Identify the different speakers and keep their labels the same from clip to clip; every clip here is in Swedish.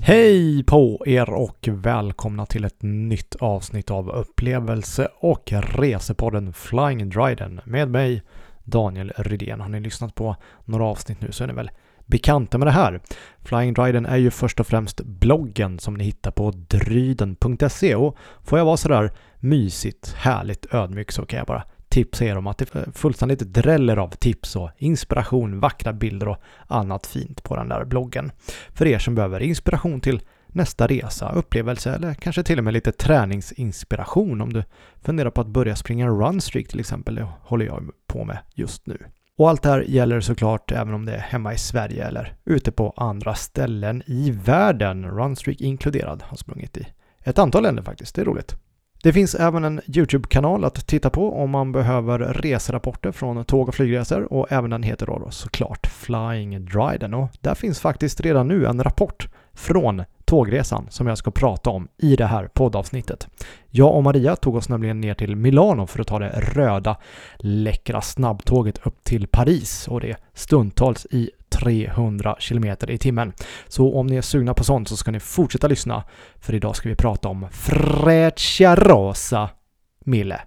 Speaker 1: Hej på er och välkomna till ett nytt avsnitt av upplevelse- och resepodden Flying Dryden med mig, Daniel Rydén. Har ni lyssnat på några avsnitt nu så är ni väl bekanta med det här. Flying Dryden är ju först och främst bloggen som ni hittar på dryden.se, och får jag vara sådär mysigt, härligt ödmjuk så kan jag bara tipsa er om att det fullständigt dräller av tips och inspiration, vackra bilder och annat fint på den där bloggen. För er som behöver inspiration till nästa resa, upplevelse eller kanske till och med lite träningsinspiration om du funderar på att börja springa en runstreak till exempel, det håller jag på med just nu. Och allt det här gäller såklart även om det är hemma i Sverige eller ute på andra ställen i världen. Runstreak inkluderad, har sprungit i ett antal länder faktiskt, det är roligt. Det finns även en YouTube-kanal att titta på om man behöver reserapporter från tåg- och flygresor, och även den heter då såklart Flying Dryden, och där finns faktiskt redan nu en rapport från tågresan som jag ska prata om i det här poddavsnittet. Jag och Maria tog oss nämligen ner till Milano för att ta det röda, läckra snabbtåget upp till Paris, och det är stundtals i 300 km i timmen. Så om ni är sugna på sånt så ska ni fortsätta lyssna, för idag ska vi prata om Frecciarossa Mille.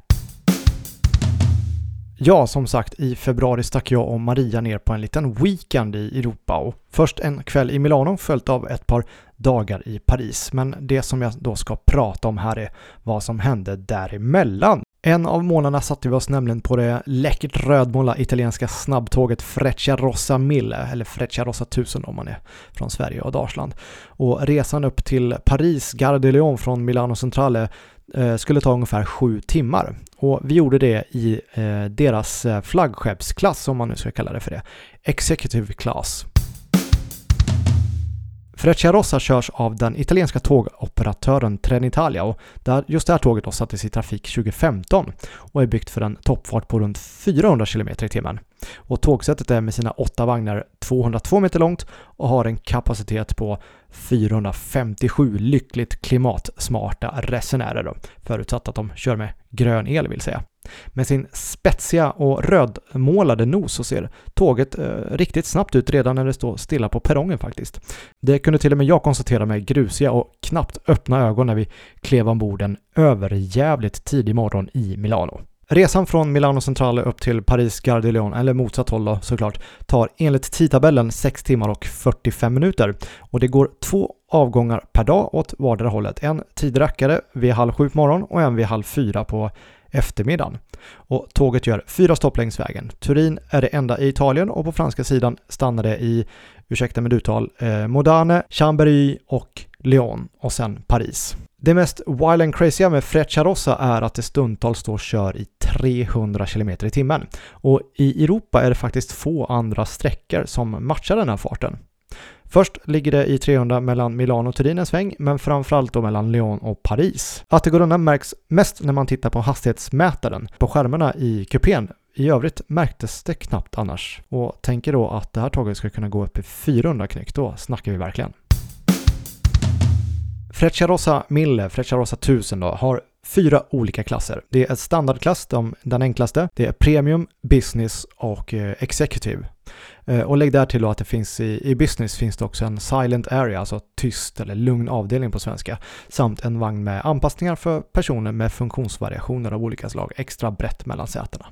Speaker 1: Ja, som sagt, i februari stack jag och Maria ner på en liten weekend i Europa, och först en kväll i Milano följt av ett par dagar i Paris. Men det som jag då ska prata om här är vad som hände däremellan. En av månaderna satte vi oss nämligen på det läckert rödmåla italienska snabbtåget Frecciarossa Mille, eller Frecciarossa 1000 om man är från Sverige och Dalsland. Och resan upp till Paris Gare de Lyon från Milano Centrale skulle ta ungefär 7 timmar. Och vi gjorde det i deras flaggskeppsklass, om man nu ska kalla det för det. Executive Class. Frecciarossa körs av den italienska tågoperatören Trenitalia, och just det här tåget då sattes i trafik 2015 och är byggt för en toppfart på runt 400 km i timmen. Och tågsättet är med sina 8 vagnar 202 meter långt och har en kapacitet på 457 lyckligt klimatsmarta resenärer då, förutsatt att de kör med grön el vill säga. Med sin spetsiga och rödmålade nos så ser tåget riktigt snabbt ut redan när det står stilla på perrongen faktiskt. Det kunde till och med jag konstatera med grusiga och knappt öppna ögon när vi klev ombord en överjävligt tidig morgon i Milano. Resan från Milano Centrale upp till Paris Gare de Lyon, eller motsatt håll då, såklart, tar enligt tidtabellen 6 timmar och 45 minuter. Och det går 2 avgångar per dag åt vardera hållet. En tidrackare vid 6:30 på morgonen och en vid 3:30 på eftermiddagen. Och tåget gör 4 stopp längs vägen. Turin är det enda i Italien, och på franska sidan stannar det i, ursäkta med uttal, Modane, Chambéry och Lyon och sen Paris. Det mest wild and crazy med Frecciarossa är att det stundtals står kör i 300 km i timmen. Och i Europa är det faktiskt få andra sträckor som matchar den här farten. Först ligger det i 300 mellan Milano och Turin en sväng, men framförallt då mellan Lyon och Paris. Att det går undan märks mest när man tittar på hastighetsmätaren på skärmarna i kupén. I övrigt märktes det knappt annars. Och tänker då att det här tåget ska kunna gå upp i 400 knyck, då snackar vi verkligen. Frecciarossa Mille, Frecciarossa 1000 då, har 4 olika klasser. Det är ett standardklass, den enklaste. Det är Premium, Business och Executive. Och lägg där till då att det finns i Business finns det också en Silent Area, alltså tyst eller lugn avdelning på svenska. Samt en vagn med anpassningar för personer med funktionsvariationer av olika slag, extra brett mellan sätena.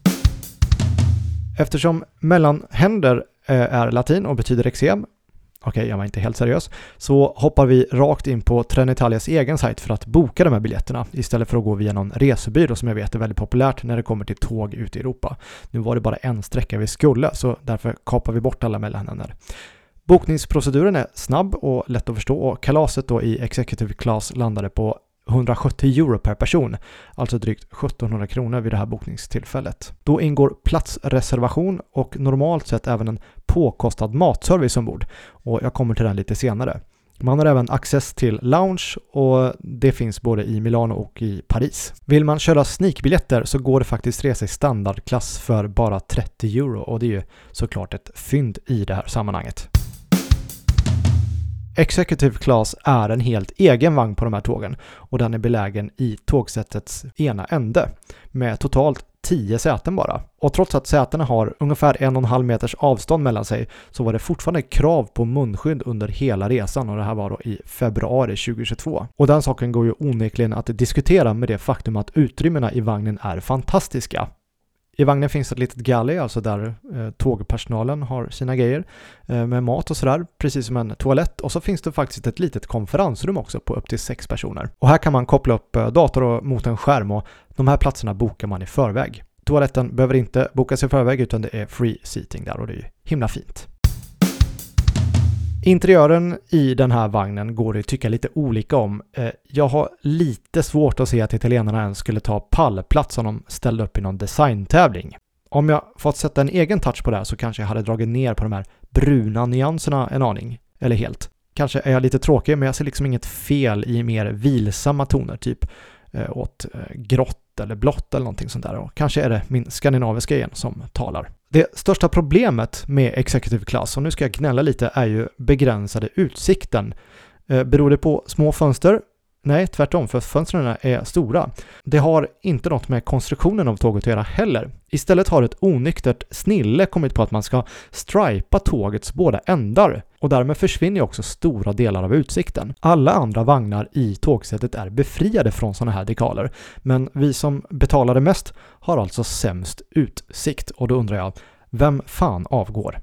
Speaker 1: Eftersom mellanhänder är latin och betyder eksem, okej, jag var inte helt seriös, så hoppar vi rakt in på Trenitalias egen sajt för att boka de här biljetterna istället för att gå via någon resebyrå som jag vet är väldigt populärt när det kommer till tåg ute i Europa. Nu var det bara en sträcka vi skulle, så därför kapar vi bort alla mellanhänder. Bokningsproceduren är snabb och lätt att förstå, och kalaset då i Executive Class landade på 170 euro per person, alltså drygt 1700 kronor vid det här bokningstillfället. Då ingår platsreservation och normalt sett även en påkostad matservice ombord, och jag kommer till den lite senare. Man har även access till lounge, och det finns både i Milano och i Paris. Vill man köra sneakbiljetter så går det faktiskt resa i standardklass för bara 30 euro, och det är ju såklart ett fynd i det här sammanhanget. Executive Class är en helt egen vagn på de här tågen, och den är belägen i tågsättets ena ände med totalt 10 säten bara. Och trots att sätena har ungefär 1,5 meters avstånd mellan sig så var det fortfarande krav på munskydd under hela resan, och det här var då i februari 2022. Och den saken går ju onekligen att diskutera med det faktum att utrymmena i vagnen är fantastiska. I vagnen finns ett litet galley, alltså där tågpersonalen har sina grejer med mat och sådär, precis som en toalett. Och så finns det faktiskt ett litet konferensrum också på upp till 6 personer. Och här kan man koppla upp dator mot en skärm, och de här platserna bokar man i förväg. Toaletten behöver inte bokas i förväg utan det är free seating där, och det är ju himla fint. Interiören i den här vagnen går det att tycka lite olika om. Jag har lite svårt att se att italienarna ens skulle ta pallplats om de ställde upp i någon designtävling. Om jag fått sätta en egen touch på det här så kanske jag hade dragit ner på de här bruna nyanserna en aning. Eller helt. Kanske är jag lite tråkig, men jag ser liksom inget fel i mer vilsamma toner, typ åt grått eller blått eller någonting sånt där. Och kanske är det min skandinaviska igen som talar. Det största problemet med Executive Class, och nu ska jag gnälla lite, är ju begränsade utsikten. Beror det på små fönster? Nej, tvärtom, för fönstren är stora. Det har inte något med konstruktionen av tåget att göra heller. Istället har ett onyktert snille kommit på att man ska stripa tågets båda ändar, och därmed försvinner också stora delar av utsikten. Alla andra vagnar i tågsättet är befriade från sådana här dekaler, men vi som betalade mest har alltså sämst utsikt, och då undrar jag, vem fan avgår?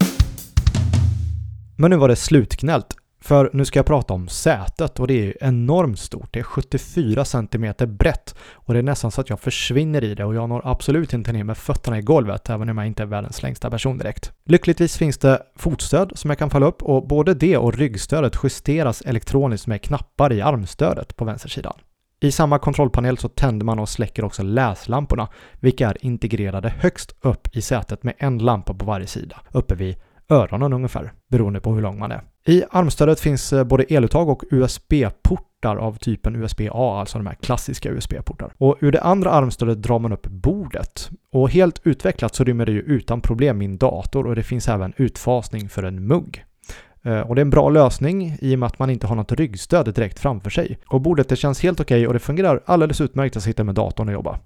Speaker 1: Men nu var det slutgnällt. För nu ska jag prata om sätet, och det är enormt stort. Det är 74 cm brett, och det är nästan så att jag försvinner i det, och jag når absolut inte ner med fötterna i golvet, även om jag inte är världens längsta person direkt. Lyckligtvis finns det fotstöd som jag kan falla upp, och både det och ryggstödet justeras elektroniskt med knappar i armstödet på vänstersidan. I samma kontrollpanel så tänder man och släcker också läslamporna, vilka är integrerade högst upp i sätet med en lampa på varje sida, uppe vid öronen ungefär, beroende på hur lång man är. I armstödet finns både eluttag och USB-portar av typen USB-A, alltså de här klassiska USB-portar. Och ur det andra armstödet drar man upp bordet. Och helt utvecklat så rymmer det ju utan problem min dator, och det finns även utfasning för en mugg. Och det är en bra lösning i och med att man inte har något ryggstöd direkt framför sig. Och bordet det känns helt okej, och det fungerar alldeles utmärkt att sitta med datorn och jobba.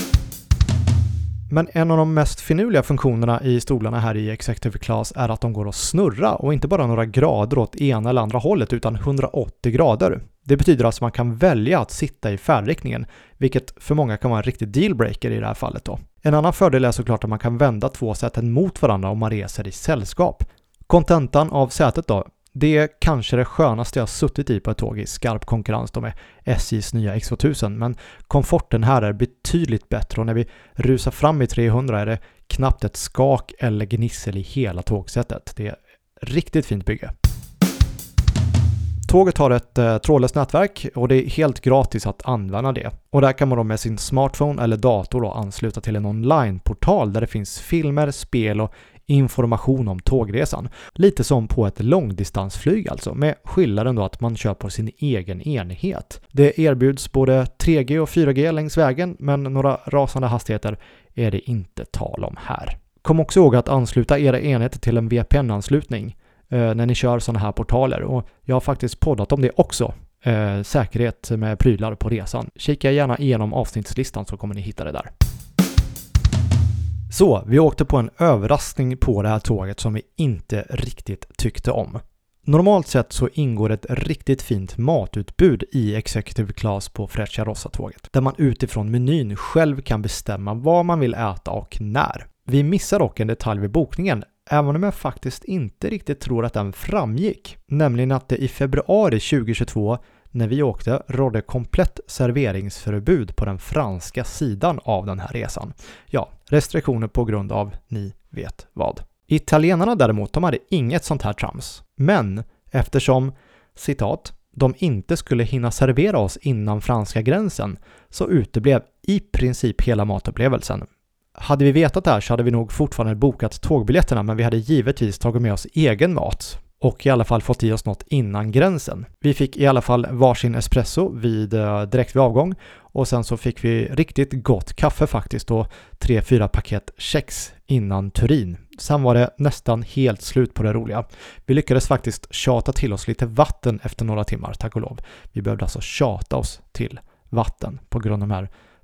Speaker 1: Men en av de mest finurliga funktionerna i stolarna här i Executive Class är att de går att snurra, och inte bara några grader åt ena eller andra hållet utan 180 grader. Det betyder alltså att man kan välja att sitta i färdriktningen, vilket för många kan vara en riktig dealbreaker i det här fallet då. En annan fördel är såklart att man kan vända 2 säten mot varandra om man reser i sällskap. Kontentan av sätet då, det är kanske det skönaste jag suttit i på ett tåg i skarp konkurrens då med SJs nya X2000, men komforten här är betydligt bättre, och när vi rusar fram i 300 är det knappt ett skak eller gnissel i hela tågsättet. Det är riktigt fint bygge. Tåget har ett trådlöst nätverk, och det är helt gratis att använda det. Och där kan man då med sin smartphone eller dator då ansluta till en online-portal där det finns filmer, spel och information om tågresan. Lite som på ett långdistansflyg alltså, med skillnaden då att man kör på sin egen enhet. Det erbjuds både 3G och 4G längs vägen, men några rasande hastigheter är det inte tal om här. Kom också ihåg att ansluta era enheter till en VPN-anslutning när ni kör sådana här portaler, och jag har faktiskt poddat om det också. Säkerhet med prylar på resan. Kika gärna igenom avsnittslistan så kommer ni hitta det där. Så, vi åkte på en överraskning på det här tåget som vi inte riktigt tyckte om. Normalt sett så ingår ett riktigt fint matutbud i Executive Class på Frecciarossa-tåget, där man utifrån menyn själv kan bestämma vad man vill äta och när. Vi missar dock en detalj vid bokningen, även om jag faktiskt inte riktigt tror att den framgick. Nämligen att det i februari 2022, när vi åkte, rådde komplett serveringsförbud på den franska sidan av den här resan. Ja, restriktioner på grund av ni vet vad. Italienarna däremot, de hade inget sånt här trams. Men eftersom, citat, de inte skulle hinna servera oss innan franska gränsen, så uteblev i princip hela matupplevelsen. Hade vi vetat det här så hade vi nog fortfarande bokat tågbiljetterna, men vi hade givetvis tagit med oss egen mat och i alla fall fått i oss något innan gränsen. Vi fick i alla fall varsin espresso direkt vid avgång, och sen så fick vi riktigt gott kaffe faktiskt, och 3-4 paket kex innan Turin. Sen var det nästan helt slut på det roliga. Vi lyckades faktiskt tjata till oss lite vatten efter några timmar, tack och lov. Vi behövde alltså tjata oss till vatten på grund av de här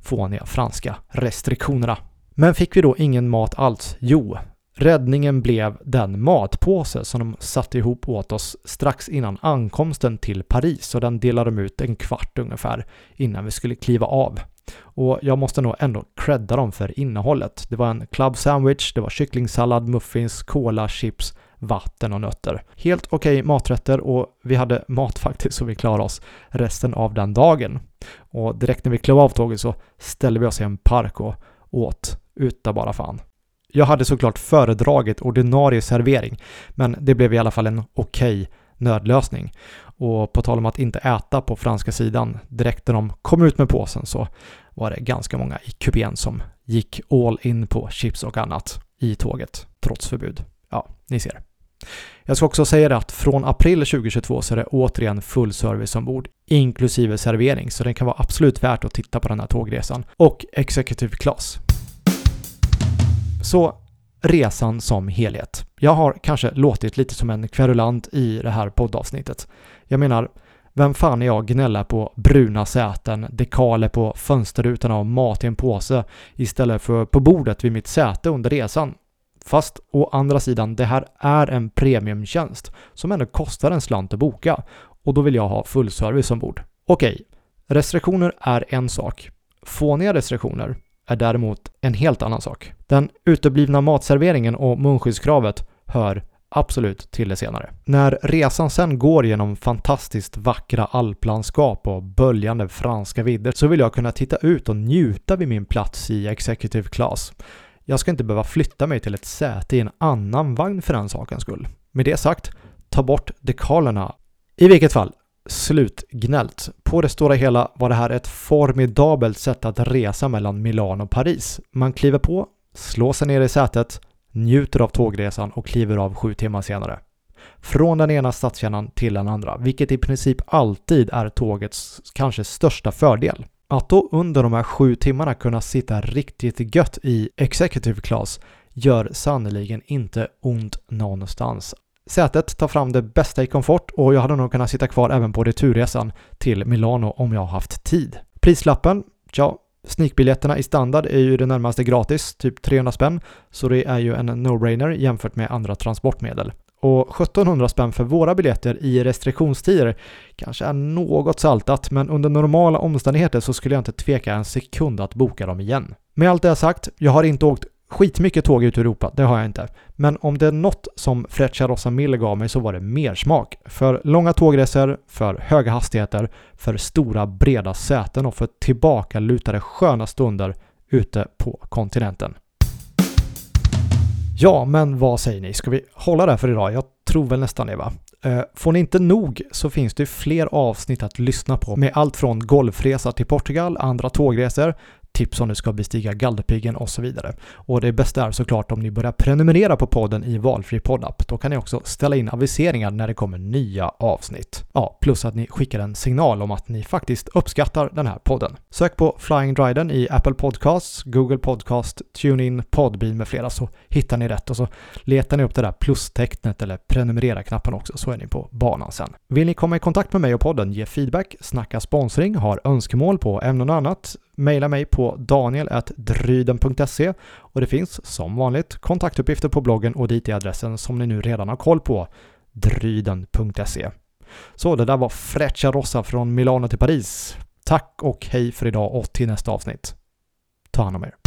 Speaker 1: fåniga franska restriktionerna. Men fick vi då ingen mat alls? Jo, räddningen blev den matpåse som de satte ihop åt oss strax innan ankomsten till Paris, och den delade de ut en kvart ungefär innan vi skulle kliva av. Och jag måste nog ändå credda dem för innehållet. Det var en club sandwich, det var kycklingsallad, muffins, cola, chips, vatten och nötter. Helt okej maträtter, och vi hade mat faktiskt så vi klarade oss resten av den dagen. Och direkt när vi klev av tåget så ställde vi oss i en park och åt utan bara fan. Jag hade såklart föredragit ordinarie servering, men det blev i alla fall en okej nödlösning. Och på tal om att inte äta på franska sidan, direkt när de kom ut med påsen så var det ganska många i kupén som gick all in på chips och annat i tåget, trots förbud. Ja, ni ser. Jag ska också säga att från april 2022 så är det återigen full service ombord, inklusive servering, så det kan vara absolut värt att titta på den här tågresan. Och executive class. Så resan som helhet. Jag har kanske låtit lite som en kverulant i det här poddavsnittet. Jag menar, vem fan är jag gnälla på bruna säten, dekaler på fönsterrutorna och mat i en påse istället för på bordet vid mitt säte under resan? Fast å andra sidan, det här är en premiumtjänst som ändå kostar en slant att boka, och då vill jag ha full service ombord. Okej, restriktioner är en sak. Fåniga restriktioner är däremot en helt annan sak. Den uteblivna matserveringen och munskyddskravet hör absolut till det senare. När resan sen går genom fantastiskt vackra alplandskap och böljande franska vidder så vill jag kunna titta ut och njuta vid min plats i executive class. Jag ska inte behöva flytta mig till ett säte i en annan vagn för den sakens skull. Med det sagt, ta bort dekalerna. I vilket fall, slutgnällt. På det stora hela var det här ett formidabelt sätt att resa mellan Milano och Paris. Man kliver på, slår sig ner i sätet, njuter av tågresan och kliver av 7 timmar senare. Från den ena stadskärnan till den andra, vilket i princip alltid är tågets kanske största fördel. Att då under de här 7 timmarna kunna sitta riktigt gött i executive class gör sannoliken inte ont någonstans. Sätet tar fram det bästa i komfort, och jag hade nog kunnat sitta kvar även på returresan till Milano om jag haft tid. Prislappen? Ja, sneakbiljetterna i standard är ju det närmaste gratis, typ 300 spänn, så det är ju en no-brainer jämfört med andra transportmedel. Och 1700 spänn för våra biljetter i restriktionstider kanske är något saltat, men under normala omständigheter så skulle jag inte tveka en sekund att boka dem igen. Med allt det jag sagt, jag har inte åkt skitmycket tåg ut i Europa, det har jag inte. Men om det är något som Frecciarossa Mille gav mig så var det mer smak. För långa tågresor, för höga hastigheter, för stora breda säten och för tillbaka lutade sköna stunder ute på kontinenten. Ja, men vad säger ni? Ska vi hålla där för idag? Jag tror väl nästan det, va? Får ni inte nog så finns det fler avsnitt att lyssna på med allt från golfresa till Portugal, andra tågresor, tips om du ska bestiga Galdhöpiggen och så vidare. Och det bästa är såklart om ni börjar prenumerera på podden i valfri poddapp. Då kan ni också ställa in aviseringar när det kommer nya avsnitt. Ja, plus att ni skickar en signal om att ni faktiskt uppskattar den här podden. Sök på Flying Dryden i Apple Podcasts, Google Podcast, TuneIn, Podbean med flera, så hittar ni rätt, och så letar ni upp det där plustecknet eller prenumerera-knappen också, så är ni på banan sen. Vill ni komma i kontakt med mig och podden, ge feedback, snacka sponsring, har önskemål på ämnen och annat, maila mig på daniel@dryden.se, och det finns som vanligt kontaktuppgifter på bloggen, och dit är adressen som ni nu redan har koll på, dryden.se. Så det där var Frecciarossa från Milano till Paris. Tack och hej för idag, och till nästa avsnitt. Ta hand om er.